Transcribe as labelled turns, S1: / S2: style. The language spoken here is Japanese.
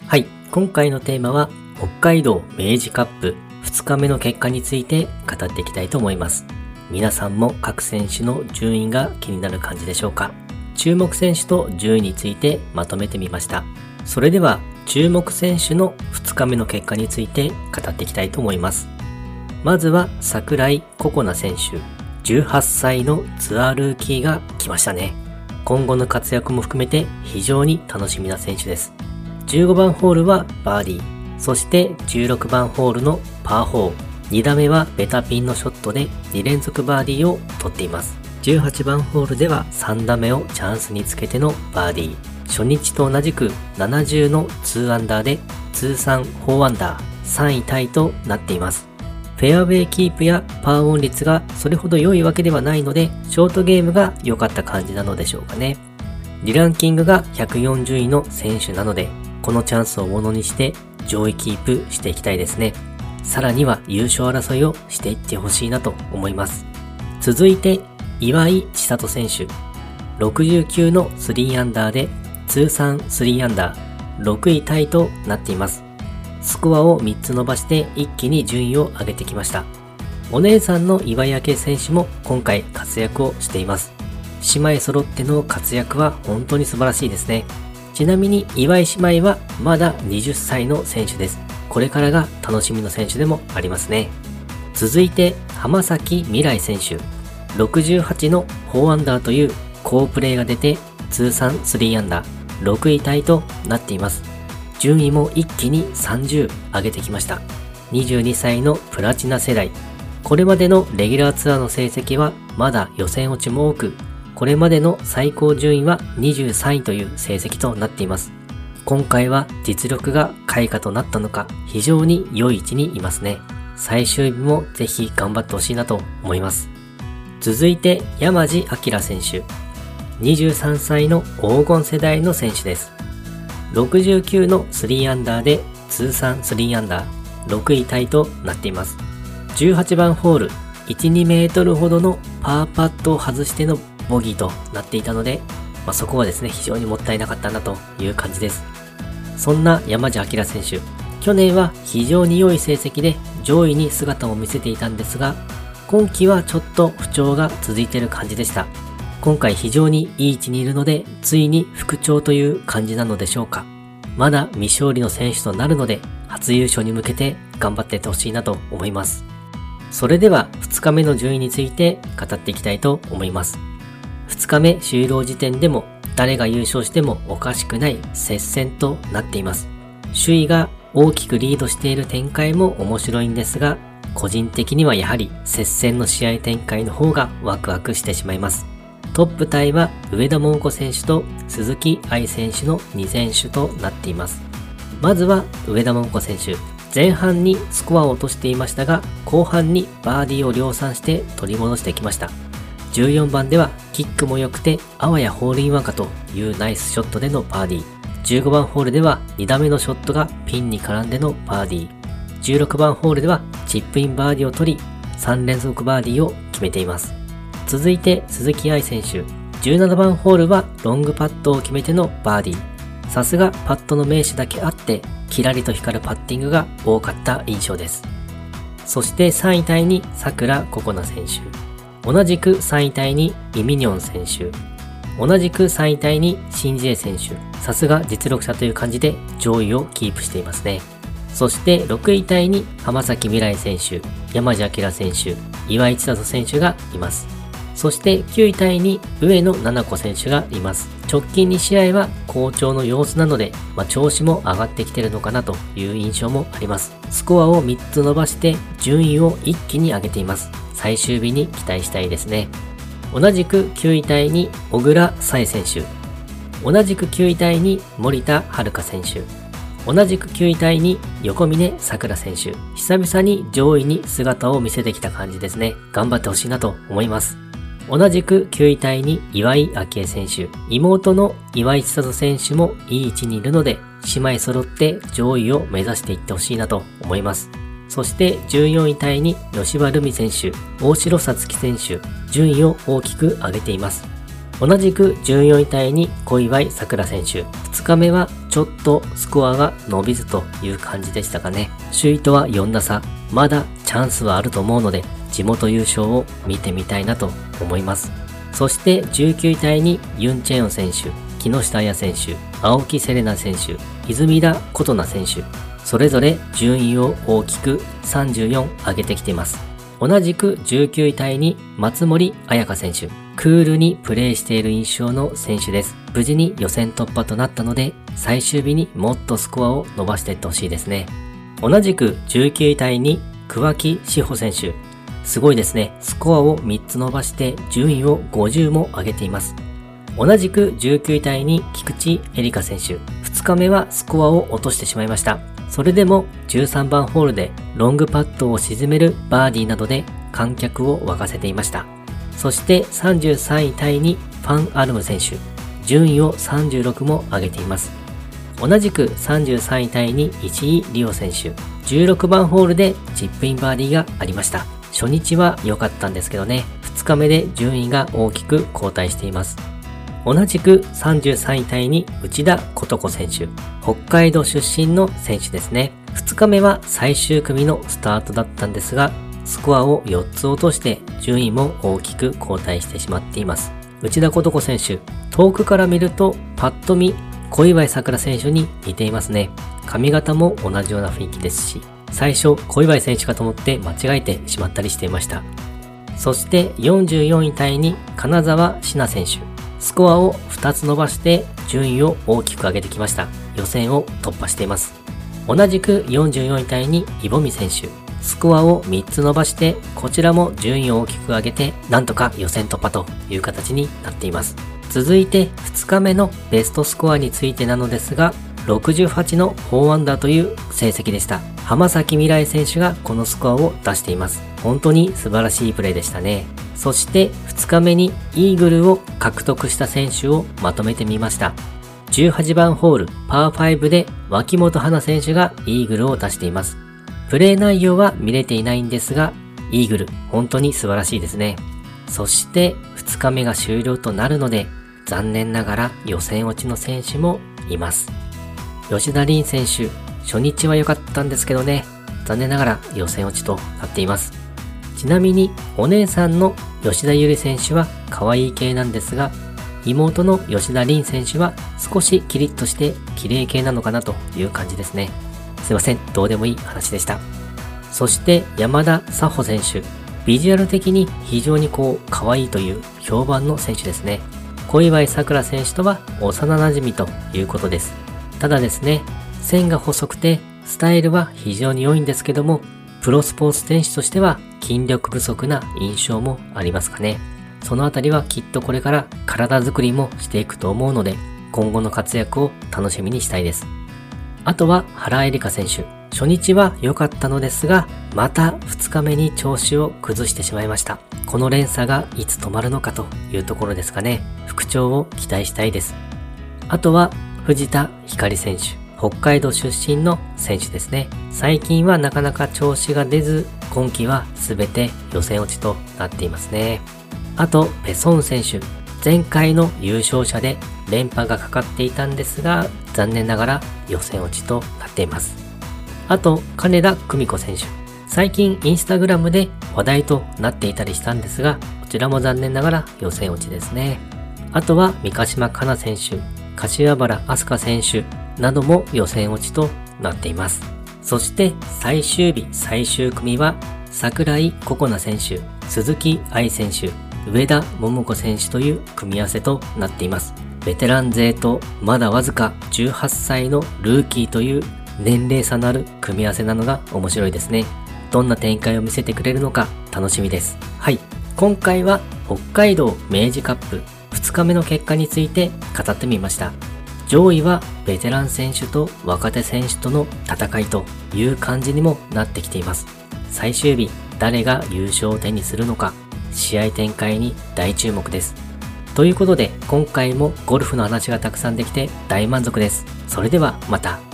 S1: はい、今回のテーマは北海道明治カップ2日目の結果について語っていきたいと思います。皆さんも各選手の順位が気になる感じでしょうか。注目選手と順位についてまとめてみました。それでは注目選手の2日目の結果について語っていきたいと思います。まずは櫻井心那選手、18歳のツアールーキーが来ましたね。今後の活躍も含めて非常に楽しみな選手です。15番ホールはバーディー、そして16番ホールのパー4、2打目はベタピンのショットで2連続バーディーを取っています。18番ホールでは3打目をチャンスにつけてのバーディー、初日と同じく70の2アンダーで通算4アンダー、3位タイとなっています。フェアウェイキープやパーオン率がそれほど良いわけではないので、ショートゲームが良かった感じなのでしょうかね。リランキングが140位の選手なので、このチャンスをものにして上位キープしていきたいですね。さらには優勝争いをしていってほしいなと思います。続いて岩井千怜選手、69の3アンダーで通算3アンダー、6位タイとなっています。スコアを3つ伸ばして一気に順位を上げてきました。お姉さんの岩井明愛選手も今回活躍をしています。姉妹揃っての活躍は本当に素晴らしいですね。ちなみに岩井姉妹はまだ20歳の選手です。これからが楽しみの選手でもありますね。続いて浜崎未来選手、68の4アンダーという好プレーが出て通算3アンダー、6位タイとなっています。順位も一気に30上げてきました。22歳のプラチナ世代。これまでのレギュラーツアーの成績はまだ予選落ちも多く、これまでの最高順位は23位という成績となっています。今回は実力が開花となったのか、非常に良い位置にいますね。最終日もぜひ頑張ってほしいなと思います。続いて山地明選手。23歳の黄金世代の選手です。69の3アンダーで通算3アンダー、6位タイとなっています。18番ホール、1、2メートルほどのパーパットを外してのボギーとなっていたので、そこはですね、非常にもったいなかったなという感じです。そんな山地明選手、去年は非常に良い成績で上位に姿を見せていたんですが、今季はちょっと不調が続いている感じでした。今回非常にいい位置にいるので、ついに復調という感じなのでしょうか。まだ未勝利の選手となるので、初優勝に向けて頑張っていってほしいなと思います。それでは2日目の順位について語っていきたいと思います。2日目終了時点でも誰が優勝してもおかしくない接戦となっています。首位が大きくリードしている展開も面白いんですが、個人的にはやはり接戦の試合展開の方がワクワクしてしまいます。トップタイは上田桃子選手と鈴木愛選手の2選手となっています。まずは上田桃子選手。前半にスコアを落としていましたが、後半にバーディーを量産して取り戻してきました。14番ではキックも良くてあわやホールインワンかというナイスショットでのバーディー。15番ホールでは2打目のショットがピンに絡んでのバーディー。16番ホールではチップインバーディーを取り、3連続バーディーを決めています。続いて鈴木愛選手。17番ホールはロングパットを決めてのバーディー。さすがパットの名手だけあって、キラリと光るパッティングが多かった印象です。そして3位タイに櫻心那選手。同じく3位タイにイ・ミニョン選手。同じく3位タイにシン・ジエ選手。さすが実力者という感じで上位をキープしていますね。そして6位タイに浜崎未来選手、山地明選手、岩井千怜選手がいます。そして9位タイに上野菜々子選手がいます。直近2試合は好調の様子なので、調子も上がってきてるのかなという印象もあります。スコアを3つ伸ばして順位を一気に上げています。最終日に期待したいですね。同じく9位タイに小倉彩選手。同じく9位タイに森田遥選手。同じく9位タイに横峯さくら選手。久々に上位に姿を見せてきた感じですね。頑張ってほしいなと思います。同じく9位タイに岩井明愛選手。妹の岩井千怜選手もいい位置にいるので、姉妹揃って上位を目指していってほしいなと思います。そして14位タイに吉羽瑠美選手、大城さつき選手、順位を大きく上げています。同じく14位タイに小祝さくら選手。2日目はちょっとスコアが伸びずという感じでしたかね。首位とは4打差、まだチャンスはあると思うので、地元優勝を見てみたいなと思います。そして19位タイにユン・チェヨン選手、木下彩選手、青木瀬令奈選手、泉田琴奈選手、それぞれ順位を大きく34上げてきています。同じく19位タイに松森彩香選手、クールにプレーしている印象の選手です。無事に予選突破となったので、最終日にもっとスコアを伸ばしていってほしいですね。同じく19位タイに桑木志保選手、すごいですね。スコアを3つ伸ばして順位を50も上げています。同じく19位タイに菊池絵里香選手、2日目はスコアを落としてしまいました。それでも13番ホールでロングパットを沈めるバーディーなどで観客を沸かせていました。そして33位タイにファン・アルム選手、順位を36も上げています。同じく33位タイに石井理央選手、16番ホールでチップインバーディーがありました。初日は良かったんですけどね、2日目で順位が大きく後退しています。同じく33位タイに内田琴子選手、北海道出身の選手ですね。2日目は最終組のスタートだったんですが、スコアを4つ落として順位も大きく後退してしまっています。内田琴子選手、遠くから見るとパッと見小祝さくら選手に似ていますね。髪型も同じような雰囲気ですし、最初小祝選手かと思って間違えてしまったりしていました。そして44位タイに金沢志奈選手、スコアを2つ伸ばして順位を大きく上げてきました。予選を突破しています。同じく44位タイにイボミ選手、スコアを3つ伸ばしてこちらも順位を大きく上げてなんとか予選突破という形になっています。続いて2日目のベストスコアについてなのですが、68の4アンダーという成績でした。浜崎未来選手がこのスコアを出しています。本当に素晴らしいプレーでしたね。そして2日目にイーグルを獲得した選手をまとめてみました。18番ホールパー5で脇本華選手がイーグルを出しています。プレー内容は見れていないんですが、イーグル本当に素晴らしいですね。そして2日目が終了となるので、残念ながら予選落ちの選手もいます。吉田鈴選手、初日は良かったんですけどね、残念ながら予選落ちとなっています。ちなみにお姉さんの吉田優利選手は可愛い系なんですが、妹の吉田鈴選手は少しキリッとして綺麗系なのかなという感じですね。すいません、どうでもいい話でした。そして山田紗穂選手、ビジュアル的に非常に可愛いという評判の選手ですね。小祝さくら選手とは幼馴染ということです。ただですね、線が細くてスタイルは非常に良いんですけども、プロスポーツ選手としては筋力不足な印象もありますかね。そのあたりはきっとこれから体作りもしていくと思うので、今後の活躍を楽しみにしたいです。あとは原英莉花選手、初日は良かったのですが、また2日目に調子を崩してしまいました。この連鎖がいつ止まるのかというところですかね。復調を期待したいです。あとは藤田ひかり選手、北海道出身の選手ですね。最近はなかなか調子が出ず、今季は全て予選落ちとなっていますね。あとペソン選手、前回の優勝者で連覇がかかっていたんですが、残念ながら予選落ちとなっています。あと金田久美子選手、最近インスタグラムで話題となっていたりしたんですが、こちらも残念ながら予選落ちですね。あとは三ヶ島かな選手、柏原明日香選手なども予選落ちとなっています。そして最終日最終組は櫻井心那選手、鈴木愛選手、上田桃子選手という組み合わせとなっています。ベテラン勢とまだわずか18歳のルーキーという年齢差のある組み合わせなのが面白いですね。どんな展開を見せてくれるのか楽しみです。はい、今回は北海道明治カップ2日目の結果について語ってみました。上位はベテラン選手と若手選手との戦いという感じにもなってきています。最終日誰が優勝を手にするのか、試合展開に大注目です。ということで今回もゴルフの話がたくさんできて大満足です。それではまた。